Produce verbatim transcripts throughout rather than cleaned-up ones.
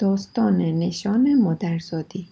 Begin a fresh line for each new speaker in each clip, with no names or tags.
داستان نشان مادرزادی.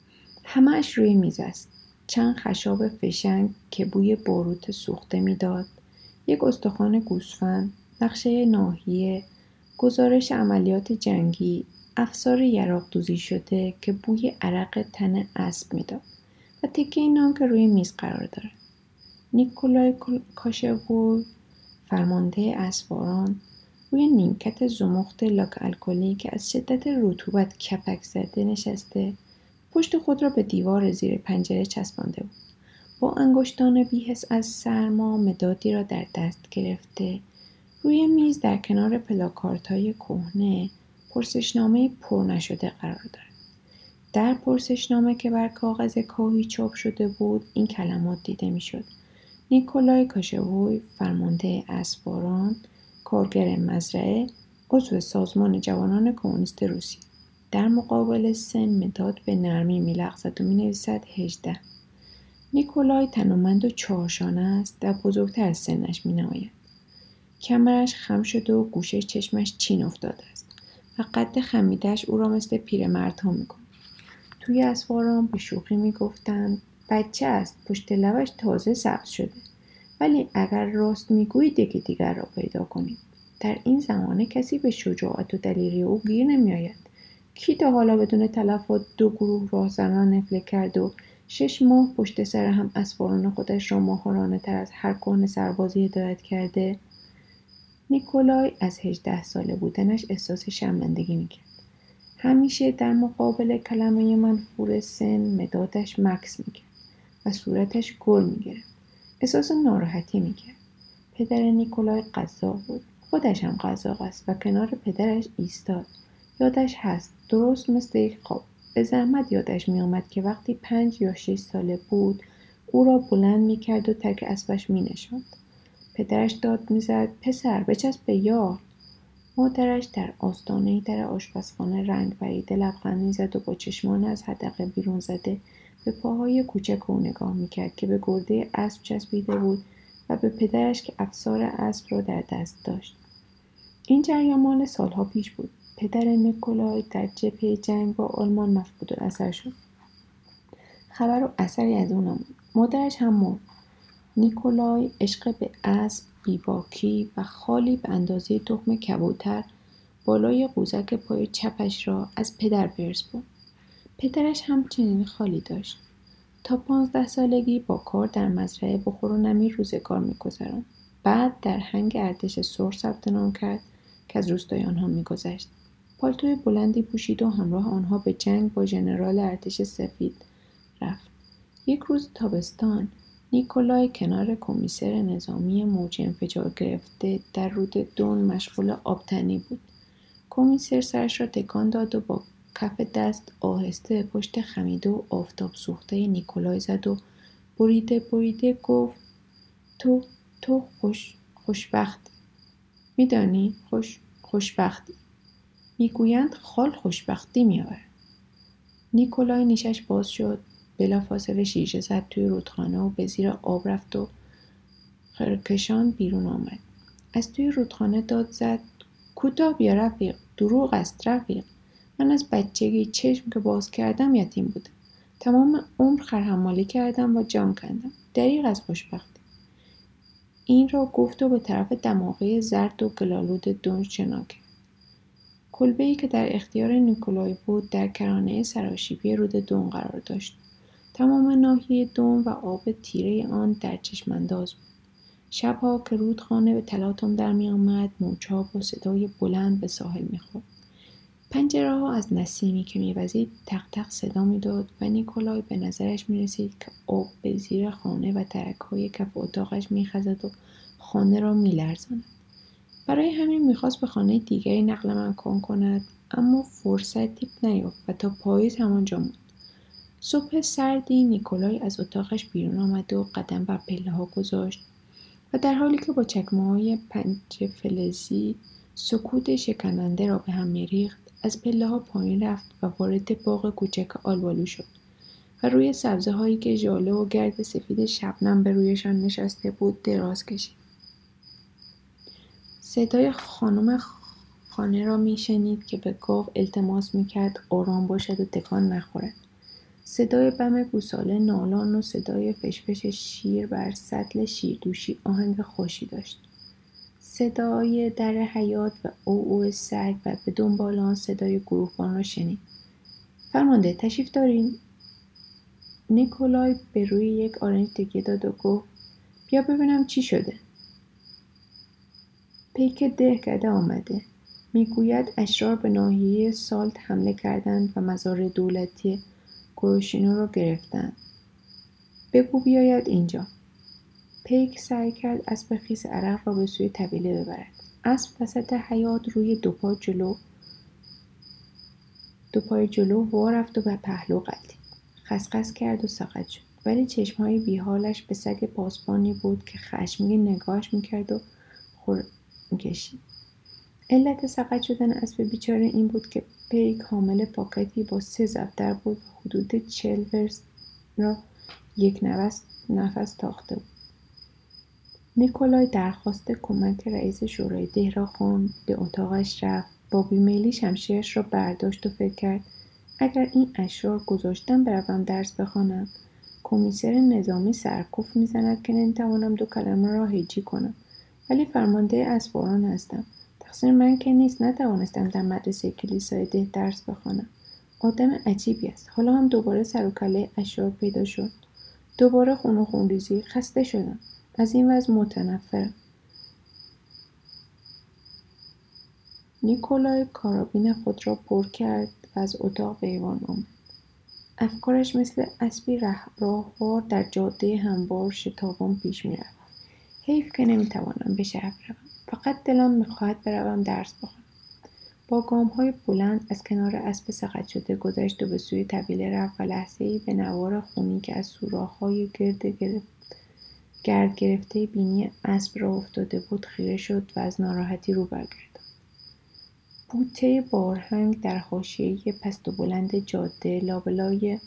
همه‌اش روی میز است. چند خشاب فشنگ که بوی باروت سوخته میداد، یک استخوان گوسفند، نقشه ناحیه، گزارش عملیات جنگی، افسار یراق دوزی شده که بوی عرق تن اسب میداد و تکه نان که روی میز قرار دارد. نیکولای کاشووی، فرمانده اسواران، روی نیمکت زمخت لاک الکلی که از شدت رطوبت کپک زده نشسته، پشت خود را به دیوار زیر پنجره چسبانده بود. با انگشتان بی‌حس از سرما مدادی را در دست گرفته، روی میز در کنار پلاکاردهای کهنه پرسشنامه پر نشده قرار دارد. در پرسشنامه که بر کاغذ کاهی چاپ شده بود این کلمات دیده میشد: نیکولای کاشووی، فرمانده اسواران، کارگر مزرعه، عضو سازمان جوانان کمونیست روسیه. در مقابل سن مداد به نرمی می‌لغزد و می‌نویسد هجده. نیکولای تنومند و چهارشانه است و بزرگتر از سنش می‌نماید. کمرش خم شده و گوشه چشمش چین افتاده است و قد خمیده‌اش او را مثل پیرمردها می‌کند. توی اسواران به شوخی می‌گفتند بچه است، پشت لبش تازه سبز شده، ولی اگر راست میگویید یکی دیگر را پیدا کنید. در این زمانه کسی به شجاعت و دلیری او گیر نمیآید. کی تا حالا بدون تلفات دو گروه راهزنان نفله کرد و شش ماه پشت سر هم اسواران خودش را ماهرانه تر از هر کهنه سربازی هدایت کرده؟ نیکولای از هجده ساله بودنش احساس شرمندگی میکرد. همیشه در مقابل کلمه منفور سن مدادش مکث میکرد و صورتش گر میگرفت. احساس ناراحتی میکرد. پدر نیکولای قزاق بود. خودش هم قزاق است و کنار پدرش ایستاد. یادش هست درست مثل یک خواب. به زحمت یادش میآمد که وقتی پنج یا شش ساله بود او را بلند میکرد و ترک اسبش مینشاند. پدرش داد میزد پسر بچسب به یار. مادرش در آستانه در آشپزخانه رنگ پریده لبخند میزد و با چشمان از حدقه بیرون زده به پاهای کوچک او نگاه میکرد که به گرده اسب چسبیده بود و به پدرش که افسار اسب را در دست داشت. این جریان مال سالها پیش بود. پدر نیکولای در جبهه جنگ با آلمان مفقودالاثر شد. خبر و اثری از او نماند. مادرش هم مرد. نیکولای عشق به اسب، بیباکی و خالی به اندازه تخم کبوتر بالای قوزک پای چپش را از پدر به ارث برد. پدرش هم چنین خالی داشت. تا پانزده سالگی با کار در مزرعه بخور و نمیر روزگار می‌گذراند. بعد در هنگ ارتش سرخ ثبت نام کرد که از روستای آنها می‌گذشت. پالتوی بلندی پوشید و همراه آنها به جنگ با ژنرال ارتش سفید رفت. یک روز تابستان نیکولای کنار کمیسر نظامی موج انفجار گرفته در رود دون مشغول آبتنی بود. کمیسر سرش را تکان داد و با کف دست آهسته پشت خمیده و آفتاب سوخته نیکولای زد و بریده بریده گفت تو تو خوش خوشبختی. میدانی خوش خوشبختی. میگویند خال خوشبختی میآورد. نیکولای نیشش باز شد، بلافاصله شیشه زد توی رودخانه و به زیر آب رفت و خرکشان بیرون آمد. از توی رودخانه داد زد کوتاه بیا رفیق، دروغ است رفیق. من از بچگی چشم که باز کردم یتیم بودم. تمام عمر خرحمالی کردم و جان کندم. دریغ از خوشبختی. این را گفت و به طرف دماغه زرد و گلالود دنج شنا کرد. کلبه‌ای که در اختیار نیکولای بود در کرانه سراشیبی رود دون قرار داشت. تمام ناحیه دون و آب تیره آن در چشمانداز بود. شبها که رودخانه به تلاطم در می آمد، موجها با صدای بلند به ساحل می خورد. پنجره ها از نسیمی که می وزید تق تق صدا می داد و نیکولای به نظرش می رسید که آب به زیر خانه و ترک های کف اتاقش می خزد و خانه را می لرزاند. برای همین می خواست به خانه دیگری نقل مکان کند، اما فرصتی نیافت و تا پاییز همانجا موند. صبح سردی نیکولای از اتاقش بیرون آمد و قدم بر پله ها گذاشت و در حالی که با چکمه های پنج فلزی سکوت شکننده را به هم می‌ریخت، از پله ها پایین رفت و وارد باغ کوچک آلبالو شد و روی سبزه هایی که ژاله و گرد سفید شبنم به رویشان نشسته بود دراز کشید. صدای خانم خانه را میشنید که به گاو التماس میکرد آرام باشد و تکان نخورد. صدای بم گوساله نالان و صدای فشفش شیر بر سطل شیردوشی آهنگ خوشی داشت. صدای در حیاط و او او سگ و به دنبال آن صدای گروهبان را شنید. فرمانده تشریف دارین؟ نیکولای به روی یک آرنج تکیه داد و گفت بیا ببینم چی شده. پیک دهکده آمده. میگوید اشرار به ناحیه سالت حمله کردند و مزار دولتی کروشینو را گرفتند. بگو بیاید اینجا. پیک سعی کرد اسب خیس عرق را به سوی طویله ببرد. اسب وسط حیاط روی دو پا جلو دو پای جلو وا رفت و به پهلو غلتید. خسخس کرد و ساقط شد. ولی چشمهای بیحالش به سگ پاسبانی بود که خشمگین نگاهش میکرد و خور میکشید. علت سقط شدن اسب بیچاره این بود که پیک حامل پاکتی با سه ضربدر بود و حدود چهل ورست را یک نفس نفس تاخته بود. نیکولای درخواست کمک رئیس شورای ده را خواند، به اتاقش رفت، با بیمیلی شمشیرش را برداشت و فکر کرد اگر این اشرار گذاشتن بروم درس بخوانم، کمیسر نظامی سرکوف میزند که نمیتوانم دو کلمه را هجی کنم، ولی فرمانده اسواران هستم. تقصیر من که نیست، نتوانستم در مدرسه کلیسای ده درس بخوانم. آدم عجیبی است. حالا هم دوباره سر و کله اشرار پیدا شد. دوباره خون و خونریزی. خسته شدم. از این وضع متنفرم. نیکولای کارابین خود را پر کرد و از اتاق به ایوان آمد. افکارش مثل اسبی راهوار در جاده هموار شتابان پیش می رفت. حیف که نمی توانم به شهر بروم. فقط دلم می خواهد بروم درس بخوانم. با گام‌های بلند از کنار اسب سقط شده گذشت و به سوی طویله رفت و لحظه‌ای به نوار خونی که از سوراخ‌های گرد گرفت گرد گرفته بینی اسب را افتاده بود خیره شد و از ناراحتی رو برگرداند. بوته بارهنگ در حاشیه پست و بلند جاده لابلای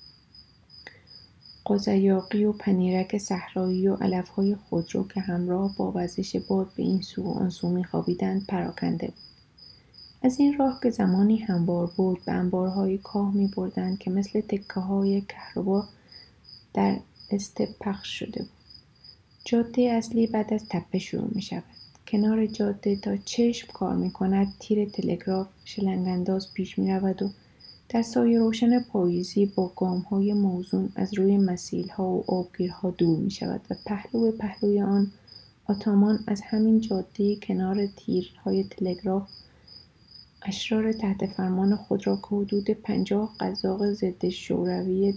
قزیاقی و پنیرک صحرایی و علف‌های خودرو که همراه با وزش باد به این سو و آن سو می‌خوابیدند پراکنده بود. از این راه که زمانی هموار بود به انبارهای کاه می‌بردند که مثل تکه‌های کهربا در استپ پخش شده بود. جاده اصلی بعد از تپه شروع می‌شود. کنار جاده تا چشم کار می‌کند تیر تلگراف شلنگ‌انداز پیش می‌رود و در سایه روشن پاییزی با گام‌های موزون از روی مسیل‌ها و آبگیرها دور می‌شود و پهلو به پهلوی آن آتامان از همین جاده کنار تیرهای تلگراف اشرار تحت فرمان خود را که حدود پنجاه قزاق ضد شوروی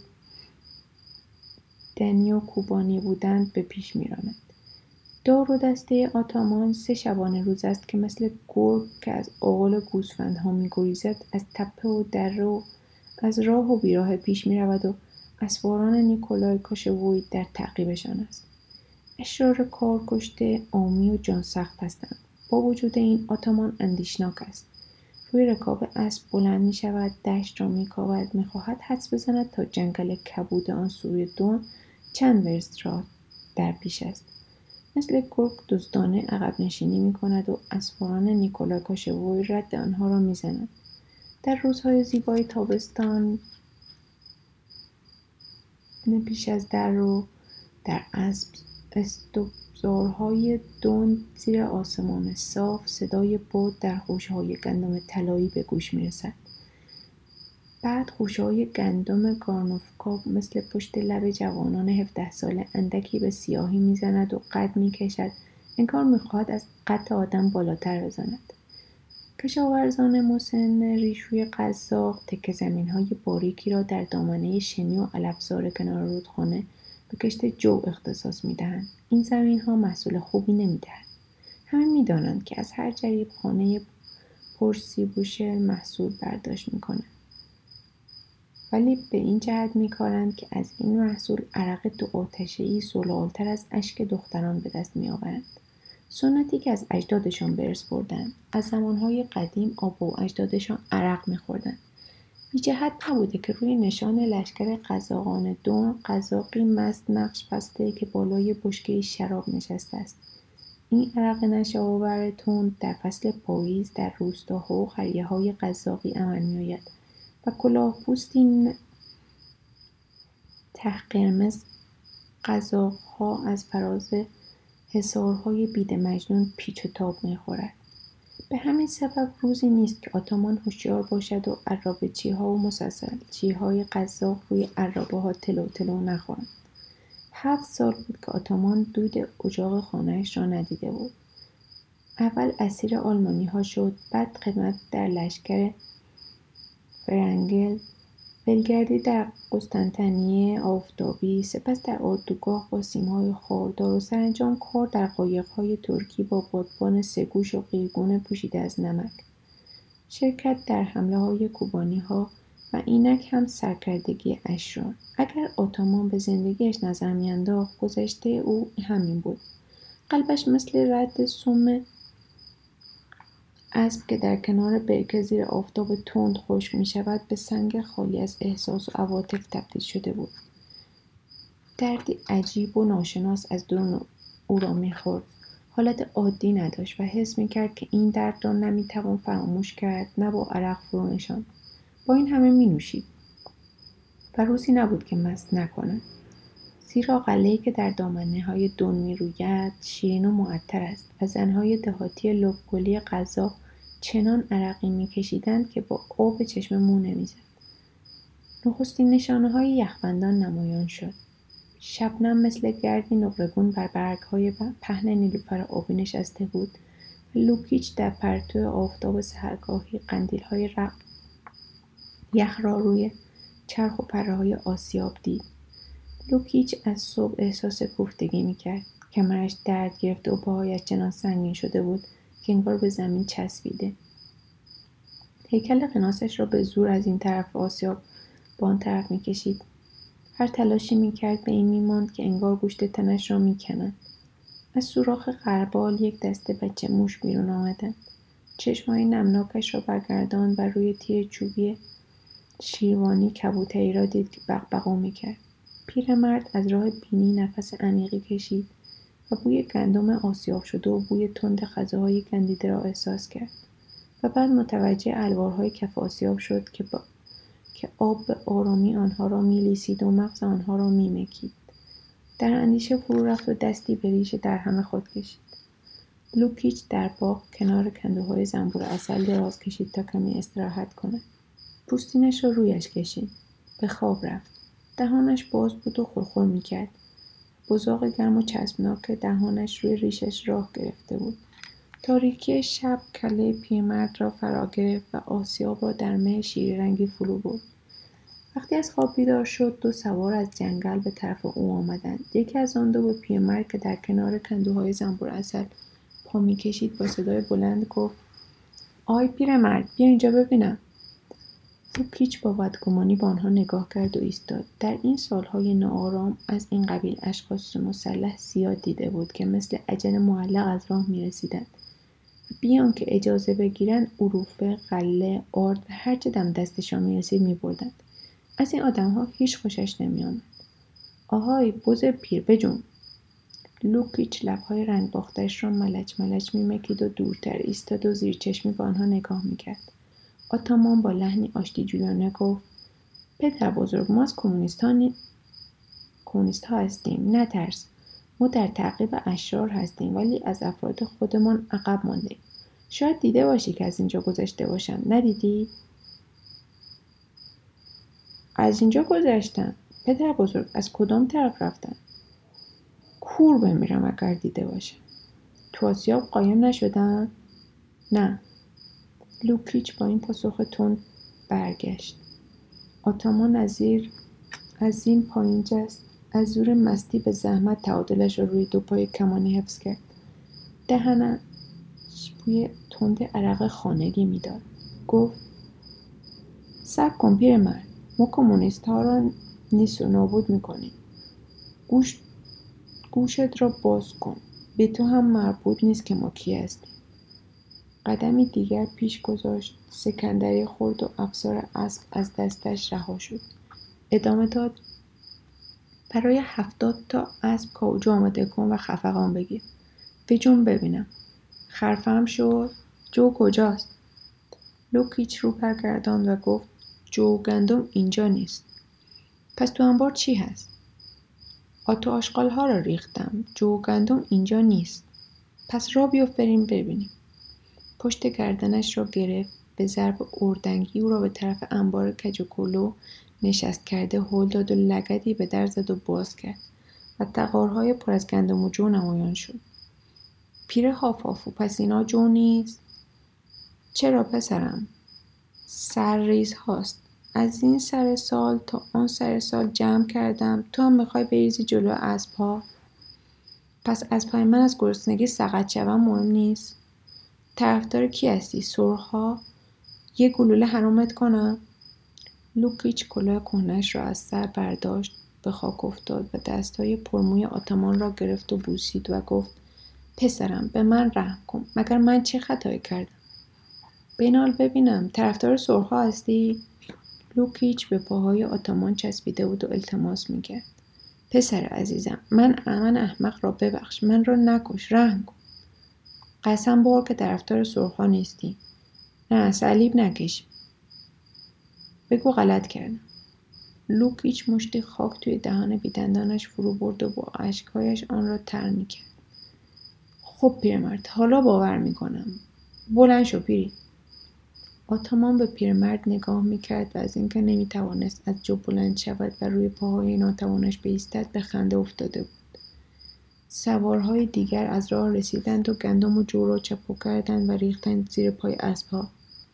دنی و کوبانی بودند به پیش می‌راند. دار و دسته آتامان سه شبانه روز است که مثل گرگ که از آغال گوسفندها می‌گریزد از تپه و دره و از راه و بیراه پیش می‌رود و اسواران نیکولای کاشووی در تعقیبشان است. اشرار کار کشته، عامی و جان سخت هستند. با وجود این آتامان اندیشناک است. روی رکاب اسب بلند می شود، دشت را می کاود، می خواهد حدس بزند تا جنگل کبود آن سوی دون چند ورست راه در پیش است. مثل گرگ دزدانه عقب نشینی می کند و اسواران نیکولای کاشووی رد آنها را می زند. در روزهای زیبای تابستان پیش از در رو در اسب استبزارهای دون زیر آسمان صاف صدای باد در خوشه‌های گندم طلایی به گوش می‌رسد. بعد خوشه‌های گندم گارنوفکا مثل پشت لب جوانان هفده ساله اندکی به سیاهی می‌زند و قد می‌کشد، انگار می‌خواهد از قد آدم بالاتر بزند. کشاورزان مسن ریشوی قزاق تکه زمین‌های باریکی را در دامنه شنی و علفزار کنار رودخانه به کشت جو اختصاص می‌دهند. این زمین‌ها محصول خوبی نمی‌دهند. همه می‌دانند که از هر جریب خانه پر سیب و شل محصول برداشت می‌کنند. ولی به این جهت می‌کارند که از این محصول عرق دو آتشه‌ای زلال‌تر از اشک دختران به دست می‌آورند. سنتی که از اجدادشان به ارث بردند. از زمانهای قدیم آبا و اجدادشان عرق می‌خوردند. بی جهت نبوده که روی نشان لشکر قزاقان دون قزاقی مست نقش بسته که بالای بشکه شراب نشسته است. این عرق نشه‌آور تند در فصل پاییز در روستاها و قریه‌های قزاقی عمل می‌آید و کلاهپوستی ته قرمز قزاق‌ها از فراز حصارهای بید مجنون پیچ و تاب می‌خورد. به همین سبب روزی نیست که آتامان هوشیار باشد و عرابه‌چی‌ها و مسلسلچی‌های قزاق روی عرابه‌ها تلو تلو نخورند. هفت سال بود که آتامان دود اجاق خانه‌اش را ندیده بود. اول اسیر آلمانی‌ها شد، بعد خدمت در لشکر فرنگل، ولگردی در قسطنطنیه آفتابی، سپس در اردوگاه با سیم‌های خاردار و سرانجام کار در قایق‌های ترکی با بادبان سه‌گوش و قیرگونه پوشیده از نمک. شرکت در حمله‌های کوبانی‌ها و اینک هم سرکردگی اشرار. اگر آتامان به زندگیش نظر می‌انداخت، گذشته او همین بود. قلبش مثل رد سم اسب که در کنار برکه زیر آفتاب تند خشک می‌شود به سنگ خالی از احساس و عواطف تبدیل شده بود. دردی عجیب و ناشناس از درون او را می‌خورد. حالت عادی نداشت و حس می‌کرد که این درد را نمی‌توان فراموش کرد، نه با عرق فرو نشاند. با این همه می‌نوشید و روزی نبود که مست نکند. زیرا قله‌ای که در دامنه‌های دون می‌روید شیرین و معطر است و زن‌های دهاتی لب‌گلی قزاق چنان عرقی می‌کشیدند که با آب چشم مو نمی‌زد. نخستین نشانه‌های یخبندان نمایان شد. شبنم مثل گردی نقره‌گون بر برگ‌های پهن نیلوفر آبی نشسته بود و لوکیچ در پرتو آفتاب سحرگاهی قندیل‌های یخ را روی چرخ و پره‌های آسیاب دید. لوکیچ از صبح احساس کوفتگی می‌کرد. کمرش درد گرفته و پاهایش چنان سنگین شده بود که انگار به زمین چسبیده. هیکل قناسش را به زور از این طرف آسیاب به آن طرف می‌کشید. هر تلاشی می‌کرد به این می‌ماند که انگار گوشت تنش را می‌کنند. از سوراخ غربال یک دسته بچه موش بیرون آمدند. چشم‌های نمناکش را برگرداند و روی تیر چوبی شیروانی کبوتری را دید که بغبغو می‌کرد. پیرمرد از راه بینی نفس عمیقی کشید و بوی گندم آسیاب شده و بوی تند غذاهای گندیده را احساس کرد و بعد متوجه الوارهای کف آسیاب شد که, با... که آب به آرامی آنها را میلیسید و مغز آنها را میمکید. در اندیشه فرو رفت و دستی به ریش در همه خود کشید. لوکیچ در باغ کنار کندوهای زنبور عسل دراز کشید تا کمی استراحت کند. پوستینش را رویش کشید. به خواب رفت. دهانش باز بود و خورخور میکرد. بزاق گرم و چسبناک دهانش روی ریشش راه گرفته بود. تاریکی شب کله پیرمرد را فرا گرفت و آسیاب را در مه شیری رنگی فرو برد. وقتی از خواب بیدار شد، دو سوار از جنگل به طرف او آمدند. یکی از آن دو به پیرمرد که در کنار کندوهای زنبور عسل پا میکشید با صدای بلند گفت: آی پیرمرد، بیا اینجا ببینم. لوکیچ با بدگمانی به آنها نگاه کرد و ایستاد. در این سالهای ناآرام از این قبیل اشخاص مسلح زیاد دیده بود که مثل اجل معلق از راه می‌رسیدند و بیان که اجازه بگیرند عروفه، غله، آرد و هر چه دم دستشان می‌رسید می‌بردند. از این آدم‌ها هیچ خوشش نمی‌آمد. آهای بز پیر بجنب. لوکیچ لب‌های رنگ باختش را ملچ ملچ می‌مکید و دورتر ایستاد و زیر چشمی به آنها نگاه می‌کرد. آتامان با لحنی آشتی جویانه گفت: پدر بزرگ، ما از کمونیست ها, نی... کمونیست ها هستیم، نترس. ما در تعقیب اشرار هستیم ولی از افراد خودمان عقب ماندیم. شاید دیده باشی که از اینجا گذشته باشند. ندیدی؟ از اینجا گذشتن. پدر بزرگ، از کدام طرف رفتن؟ کور بمیرم اگر دیده باشم. تو آسیاب قایم نشدن؟ نه. لوکیچ با این پاسخ تند برگشت. آتامان از زیر از این پایین جست. از زور مستی به زحمت تعادلش را روی دو پای کمانی حفظ کرد. دهنش بوی تند عرق خانگی میداد. گفت: صبر کن پیرمرد، ما کمونیست ها را نیست و نابود میکنیم. گوش گوشت را باز کن. به تو هم مربوط نیست که ما کی هستیم. قدمی دیگر پیش گذاشت. سکندری خورد و افسار اسب از دستش رها شد. ادامه داد: برای هفتاد تا اسب کاوجو آماده کن و خفقان بگیر. بجنب ببینم. خرفم شد. جو کجاست؟ لوکیچ رو برگرداند و گفت جو گندم اینجا نیست. پس تو انبار چی هست؟ آتو آشغال ها را ریختم. جو گندم اینجا نیست. پس را بیفت بریم ببینیم. پشت گردنش را گرفت. به ضرب اردنگی او را به طرف انبار کج و کلو نشست کرده هل داد و لگدی به در زد و باز کرد و تغارهای پر از گندم و جو نمایان شد. پیر هافافو، پس اینا جو نیست؟ چرا پسرم؟ سرریز هاست. از این سر سال تا آن سر سال جمع کردم. تو هم میخوای بریزی جلو اسب ها؟ پس اسبهای من از گرسنگی سقط شوم مهم نیست؟ طرفدار کی هستی؟ سرخ یه گلوله حرامت کنم؟ لوکیچ کلاه کهنه‌اش را از سر برداشت، به خاک افتاد و دستهای پرموی آتامان را گرفت و بوسید و گفت پسرم به من رحم کن. مگر من چه خطایی کردم؟ بنال ببینم. طرفدار سرخ هستی؟ لوکیچ به پاهای آتامان چسبیده بود و التماس میکرد. پسر عزیزم، من من احمق را ببخش. من را نکش. رحم کن. قسم بخور که طرفدار سرخ نیستی. نه، صلیب نکش. بگو غلط کردم. لوکیچ مشتی خاک توی دهان بیدندانش فرو برد و با اشکهایش آن را تر میکرد. خب پیرمرد، حالا باور میکنم. بلند شو پیری. آتامان به پیرمرد نگاه میکرد و از اینکه نمیتوانست از جا بلند شود و روی پاهای ناتوانش بایستد به خنده افتاده بود. سوارهای دیگر از راه رسیدند و گندم و جو را چپو کردند و ریختند زیر پای اسبها.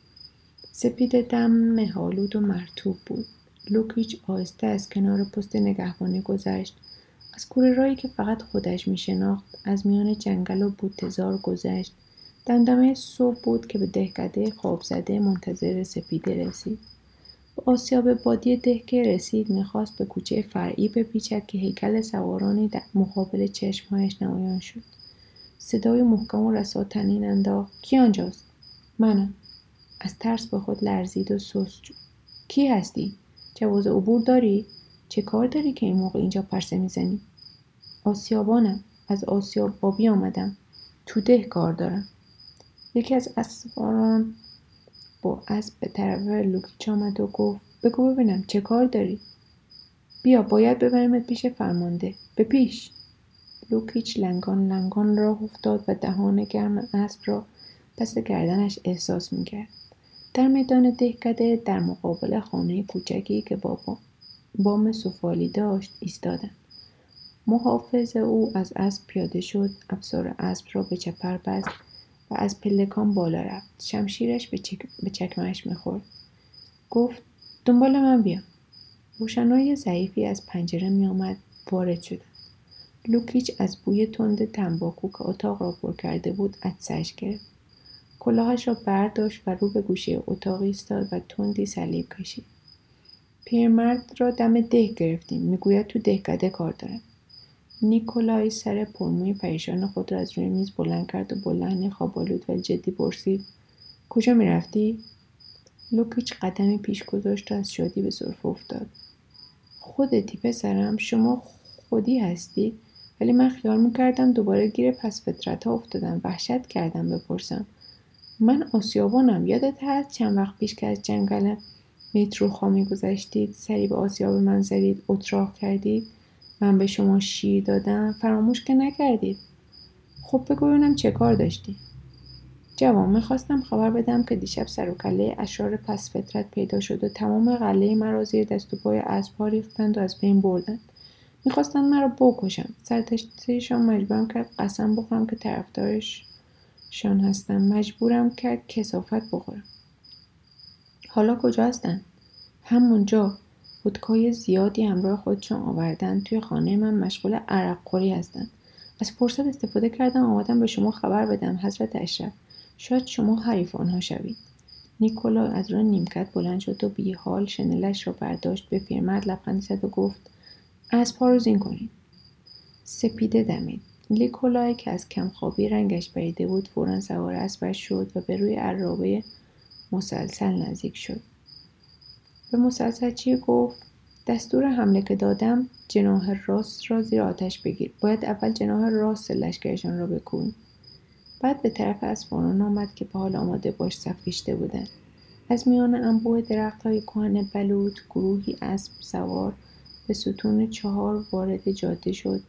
سپید دم هالود و مرطوب بود. لوکیچ آهسته از کنار پست نگهبانی گذشت. از کوره راهی که فقط خودش می شناخت، از میان جنگل و بوته‌زار گذشت. دمدمه صبح بود که به دهکده خواب زده منتظر سپیده رسید. به آسیاب بادی ده که رسید میخواست به کوچه فرعی بپیچد که هیکل سوارانی در مقابل چشمهایش نمایان شد. صدای محکم و رسا طنین انداخت. کی آنجاست؟ منم. از ترس به خود لرزید و سست شد. کی هستی؟ جواز عبور داری؟ چه کار داری که این موقع اینجا پرسه میزنی؟ آسیابانم. از آسیاب بابی آمدم. تو ده کار دارم. یکی از اسواران با اسب به طرف لوکیچ آمد و گفت بگو ببینم چه کار داری؟ بیا، باید ببریمت پیش فرمانده. به پیش. لوکیچ لنگان لنگان راه افتاد و دهان گرم اسب را پس گردنش احساس میکرد. در میدان دهکده در مقابل خانه کوچکی که با بام سفالی داشت ایستادند. محافظ او از اسب پیاده شد، افسار اسب را به چپر بست و از پلکان بالا رفت. شمشیرش به, چک... به چکمهش میخورد. گفت دنبال من بیا. روشنایی ضعیفی از پنجره میآمد. وارد شدند. لوکیچ از بوی تند تنباکو که اتاق را پر کرده بود عطسه‌اش گرفت. کلاهش را برداشت و رو به گوشه اتاق ایستاد و تندی صلیب کشید. پیرمرد را دم ده گرفتیم. میگوید تو دهکده کار دارد. نیکولای سر پرموی پریشان خود را از روی میز بلند کرد و با لحنی خواب‌آلود ولی جدی پرسید کجا میرفتی؟ لوکیچ قدمی پیش گذاشت و از شادی به سرفه افتاد. خودتی پسرم؟ شما خودی هستی؟ ولی من خیال میکردم دوباره گیر پس فطرت ها افتادم. وحشت کردم بپرسم. من آسیابانم. یادت هست چند وقت پیش که از جنگل متروخا میگذشتید، سری به آسیاب من زدید، اتراق کردید، من به شما شیر دادم، فراموش که نکردید. خب بگو ببینم چه کار داشتی؟ جوان، میخواستم خبر بدم که دیشب سر و کله اشرار پس فطرت پیدا شد و تمام قلعه مرا زیر دست و پای اسب‌ها ریختند و از بین بردند. میخواستند مرا بکشند. سرتشتریشان مجبورم کرد قسم بخورم که طرفدارشان هستم. مجبورم کرد کثافت بخورم. حالا کجا هستند؟ همونجا. ودکای زیادی همراه خودشان آوردن. توی خانه من مشغول عرق خوری هستند. از فرصت استفاده کردم آمدم به شما خبر بدم حضرت اشرف. شاید شما حریف آنها شوید. نیکولا از راه نیمکت بلند شد و بی حال شنلش را برداشت. به پیرمرد لبخندی زد و گفت اسب‌ها رو زین کنید. سپیده دمید. نیکولای که از کمخوابی رنگش پریده بود فوراً سوار اسبش شد و به روی عرابه مسلسل نزدیک شد. به مسلسلچی گفت دستور حمله که دادم جناح راست را زیر آتش بگیر. باید اول جناح راست لشکرشان را بکوبیم. بعد به طرف اسبان آمد که به حال آماده باش صف کشیده بودند. از میان انبوه درخت‌های کهن بلوط گروهی اسب سوار به ستون چهار وارد جاده شد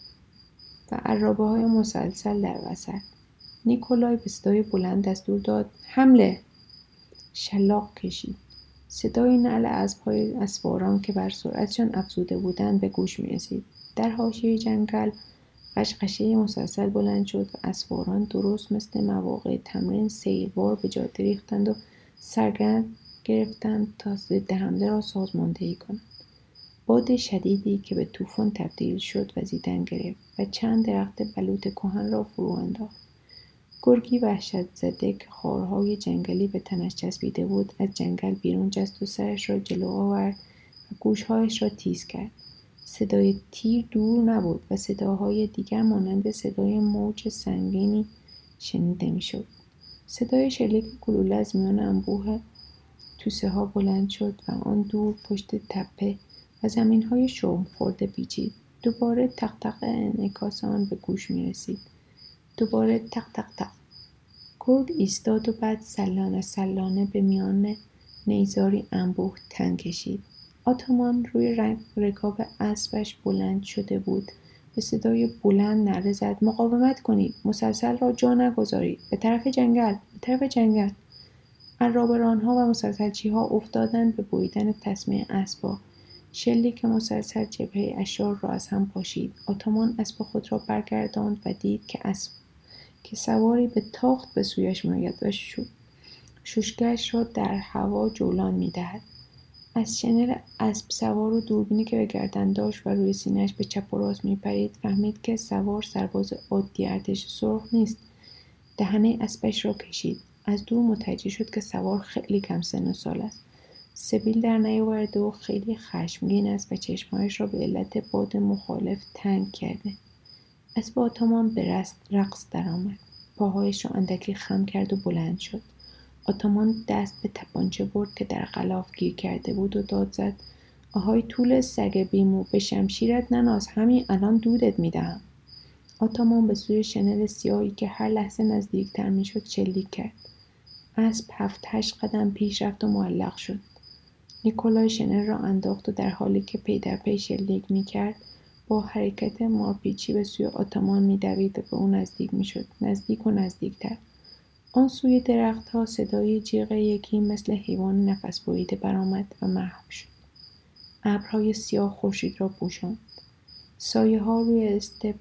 و عرابه‌های مسلسل در وسط. نیکولای به صدای بلند دستور داد حمله. شلاق کشید. صدای نعل اسب‌های اسواران که بر سرعتشان افزوده بودند به گوش می‌رسید. در حاشیه جنگل قشقشه مسلسل بلند شد و اسواران درست مثل مواقع تمرین سیلوار به جاده ریختند و سرگرم گرفتند تا ضد حمله را سازماندهی کنند. باد شدیدی که به طوفان تبدیل شد وزیدن گرفت و چند درخت بلوط کهن را فرو انداخت. گرگی وحشت زده که خارهای جنگلی به تنش چسبیده بود از جنگل بیرون جست و سرش را جلو آورد و گوشهایش را تیز کرد. صدای تیر دور نبود و صداهای دیگر مانند صدای موج سنگینی شنیده میشد. صدای شلیک گلوله از میان انبوه توسه ها بلند شد و آن دور پشت تپه و زمین های شوم خورده پیچید. دوباره تق تق انعکاس آن به گوش می رسید. دوباره تق تق تق. گرگ ایستاد و بعد سلانه سلانه به میان نیزاری انبوه تن کشید. آتامان روی رکاب اسبش بلند شده بود. به صدای بلند نعره زد مقاومت کنید. مسلسل را جا نگذارید. به طرف جنگل. به طرف جنگل. عرابه‌ران‌ها و مسلسلچی‌ها افتادند به بریدن تسمه اسب‌ها. شلیک مسلسل جبهه اشرار را از هم پاشید. آتامان اسب خود را برگرداند و دید که اسب که سواری به تاخت به سویش می‌آید و شوشکه‌اش را در هوا جولان می‌دهد. از شنل اسب سوار و دوربینی که به گردن داشت و روی سینه‌اش به چپ و راست می‌پرید فهمید که سوار سرباز عادی ارتش سرخ نیست. دهنه اسبش را کشید. از دور متوجه شد که سوار خیلی کم سن و سال است. سبیل در نیاورده و خیلی خشمگین است و چشمهایش را به علت باد مخالف تنگ کرده. اسب آتامان به رقص درآمد. پاهایش را اندکی خم کرد و بلند شد. آتامان دست به تپانچه برد که در غلاف گیر کرده بود و داد زد آهای طول سگ بیمو به شمشیرت نناز همین الان دودت میدهم. آتامان به سوی شنل سیاهی که هر لحظه نزدیکتر میشد شلیک کرد. اسب هفت هشت قدم پیش رفت و معلق شد. نیکولای شنل را انداخت و در حالی که پی در پی شلیک میکرد با حرکت مارپیچی به سوی آتامان میدوید و به او نزدیک میشد. نزدیک و نزدیکتر. آن سوی درختها صدای جیغ یکی مثل حیوان نفس بریده برآمد و محو شد. ابرهای سیاه خورشید را پوشاند. سایه ها روی استپ،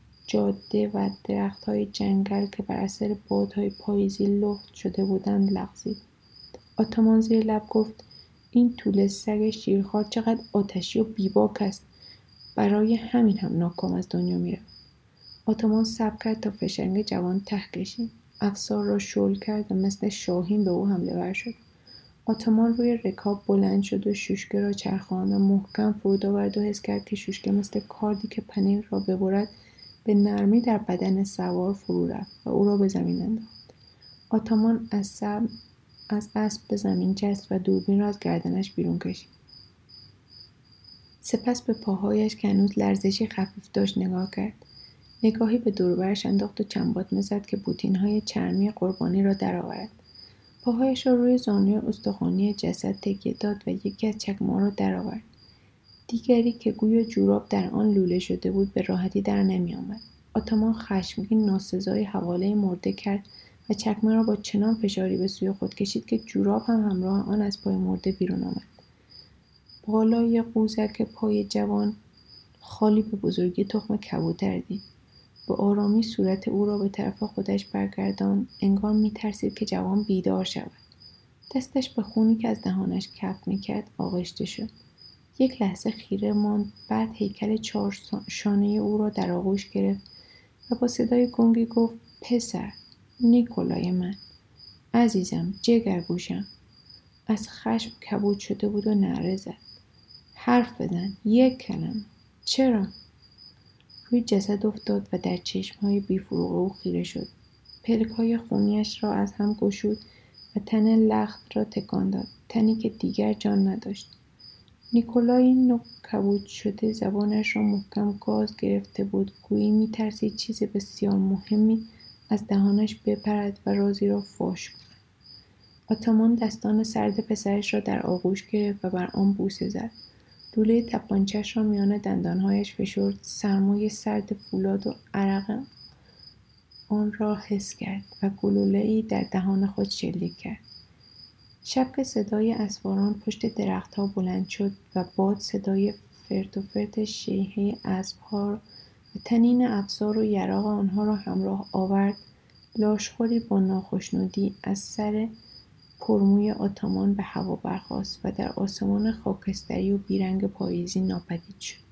جاده و درخت‌های جنگل که بر اثر بادهای پاییزی لخت شده بودند لغزید. آتامان زیر لب گفت این توله سگ شیرخوار چقدر آتشی و بیباک است. برای همین هم ناکام از دنیا میره. آتامان صبر کرد تا فشنگ جوان ته کشید. افسار را شل کرد و مثل شاهین به او حمله ور شد. آتامان روی رکاب بلند شد و شوشکه را چرخاند و محکم فرود آورد و حس کرد که شوشکه مثل کاردی که پنیر را ببرد به نرمی در بدن سوار فرو رفت و او را به زمین انداخت. آتامان از سم از اسب به زمین جست و دوربین را از گردنش بیرون کشید. سپس به پاهایش که هنوز لرزشی خفیف داشت نگاه کرد. نگاهی به دور و برش انداخت و چنباتمه زد که بوتین‌های چرمی قربانی را درآورد. پاهایش را روی زانوی استخوانی جسد تکیه داد و یکی از چکمه‌ها را درآورد. دیگری که گویا جوراب در آن لوله شده بود به راحتی در نمی‌آمد. آتامان خشمگین ناسزای حواله مرده کرد و چکمه را با چنان فشاری به سوی خود کشید که جوراب هم همراه آن از پای مرده بیرون آمد. بالای قوزک پای جوان خالی به بزرگی تخم کبوتر دید. به آرامی صورت او را به طرف خودش برگرداند، انگار می‌ترسید که جوان بیدار شود. دستش به خونی که از دهانش کف می‌کرد آغشته شد. یک لحظه خیره ماند، بعد هیکل چهار شانه او را در آغوش گرفت و با صدای گنگی گفت پسر، نیکولای من، عزیزم، جگرگوشم. از خشم کبود شده بود و نعره زد. حرف بزن، یک کلمه. چرا؟ روی جسد افتاد و در چشمهای بیفروغ او خیره شد. پلک‌های خونیش را از هم گشود و تن لخت را تکان داد. تنی که دیگر جان نداشت. نیکولای نوک کبود شده زبانش را محکم گاز گرفته بود، گویی می‌ترسید چیز بسیار مهمی از دهانش بپرد و رازی را فاش کند. آتامان دستان سرد پسرش را در آغوش گرفت و بر آن بوسه زد. لوله تپانچه‌اش را میان دندانهایش فشرد، سرمای سرد فولاد و عرق آن را حس کرد و گلوله‌ای در دهان خود شلیک کرد. شب که صدای اسواران پشت درختها بلند شد و باد صدای فرت و فرت شیهه اسب‌ها و طنین افسار و یراق آنها را همراه آورد، لاشخوری با ناخشنودی از سر پرموی آتامان به هوا برخاست و در آسمان خاکستری و بیرنگ پاییزی ناپدید شد.